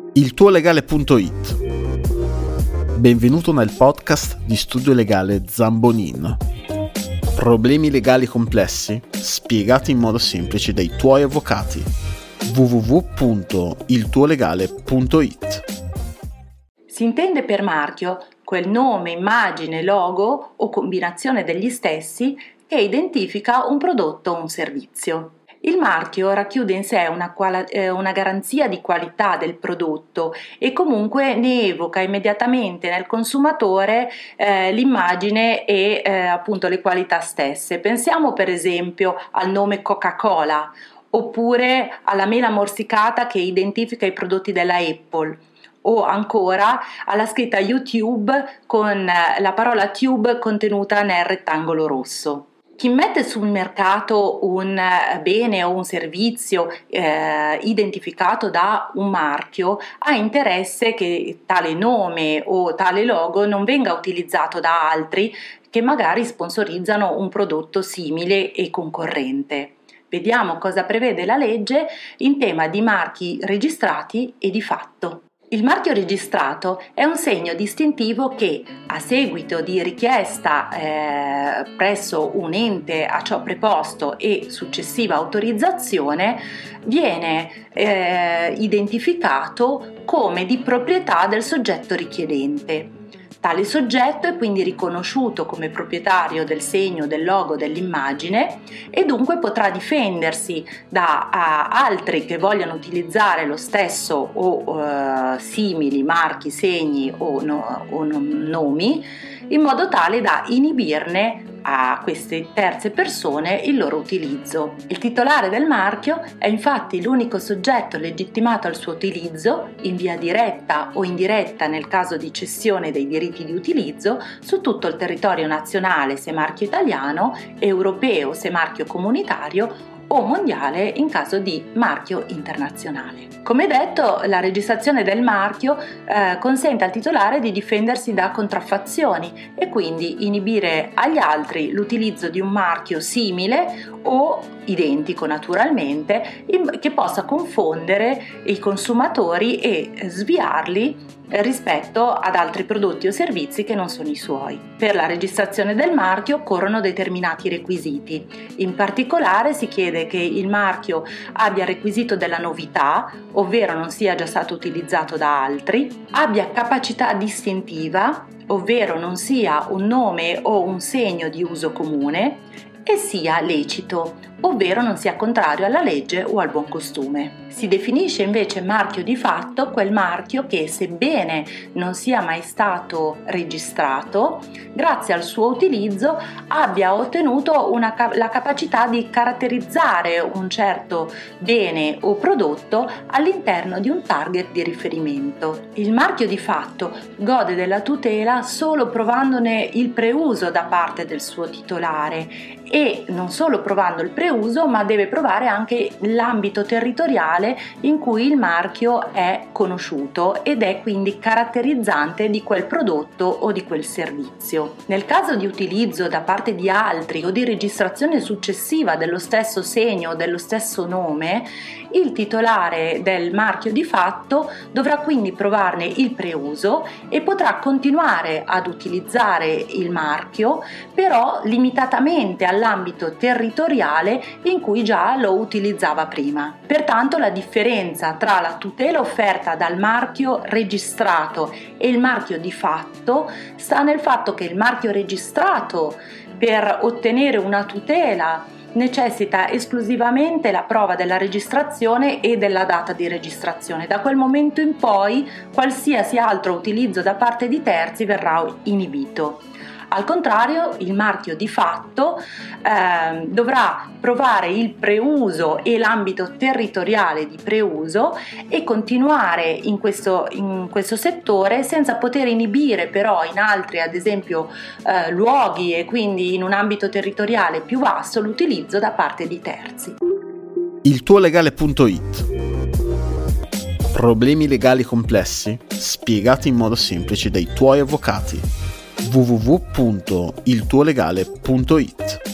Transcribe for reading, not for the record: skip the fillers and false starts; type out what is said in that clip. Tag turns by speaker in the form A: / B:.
A: iltuolegale.it. Benvenuto nel podcast di studio legale Zambonin. Problemi legali complessi spiegati in modo semplice dai tuoi avvocati. www.iltuolegale.it.
B: Si intende per marchio quel nome, immagine, logo o combinazione degli stessi che identifica un prodotto o un servizio. Il marchio racchiude in sé una garanzia di qualità del prodotto e comunque ne evoca immediatamente nel consumatore l'immagine e appunto le qualità stesse. Pensiamo per esempio al nome Coca-Cola oppure alla mela morsicata che identifica i prodotti della Apple, o ancora alla scritta YouTube con la parola tube contenuta nel rettangolo rosso. Chi mette sul mercato un bene o un servizio identificato da un marchio ha interesse che tale nome o tale logo non venga utilizzato da altri che magari sponsorizzano un prodotto simile e concorrente. Vediamo cosa prevede la legge in tema di marchi registrati e di fatto. Il marchio registrato è un segno distintivo che, a seguito di richiesta presso un ente a ciò preposto e successiva autorizzazione, viene identificato come di proprietà del soggetto richiedente. Tale soggetto è quindi riconosciuto come proprietario del segno, del logo, dell'immagine e dunque potrà difendersi da altri che vogliano utilizzare lo stesso o simili marchi, segni o nomi in modo tale da inibirne a queste terze persone il loro utilizzo. Il titolare del marchio è infatti l'unico soggetto legittimato al suo utilizzo, in via diretta o indiretta nel caso di cessione dei diritti di utilizzo, su tutto il territorio nazionale se marchio italiano, europeo se marchio comunitario o mondiale in caso di marchio internazionale. Come detto, la registrazione del marchio consente al titolare di difendersi da contraffazioni e quindi inibire agli altri l'utilizzo di un marchio simile o identico naturalmente che possa confondere i consumatori e sviarli rispetto ad altri prodotti o servizi che non sono i suoi. Per la registrazione del marchio occorrono determinati requisiti. In particolare si chiede che il marchio abbia il requisito della novità, ovvero non sia già stato utilizzato da altri, abbia capacità distintiva, ovvero non sia un nome o un segno di uso comune, e sia lecito, ovvero non sia contrario alla legge o al buon costume. Si definisce invece marchio di fatto quel marchio che, sebbene non sia mai stato registrato, grazie al suo utilizzo abbia ottenuto la capacità di caratterizzare un certo bene o prodotto all'interno di un target di riferimento. Il marchio di fatto gode della tutela solo provandone il preuso da parte del suo titolare e non solo provando il preuso, ma deve provare anche l'ambito territoriale in cui il marchio è conosciuto ed è quindi caratterizzante di quel prodotto o di quel servizio. Nel caso di utilizzo da parte di altri o di registrazione successiva dello stesso segno o dello stesso nome, il titolare del marchio di fatto dovrà quindi provarne il preuso e potrà continuare ad utilizzare il marchio, però limitatamente all'ambito territoriale in cui già lo utilizzava prima. Pertanto la differenza tra la tutela offerta dal marchio registrato e il marchio di fatto sta nel fatto che il marchio registrato, per ottenere una tutela, necessita esclusivamente la prova della registrazione e della data di registrazione. Da quel momento in poi qualsiasi altro utilizzo da parte di terzi verrà inibito. Al contrario, il marchio di fatto dovrà provare il preuso e l'ambito territoriale di preuso e continuare in questo settore senza poter inibire però in altri, ad esempio luoghi e quindi in un ambito territoriale più vasto, l'utilizzo da parte di terzi.
A: iltuolegale.it. Problemi legali complessi spiegati in modo semplice dai tuoi avvocati. www.iltuolegale.it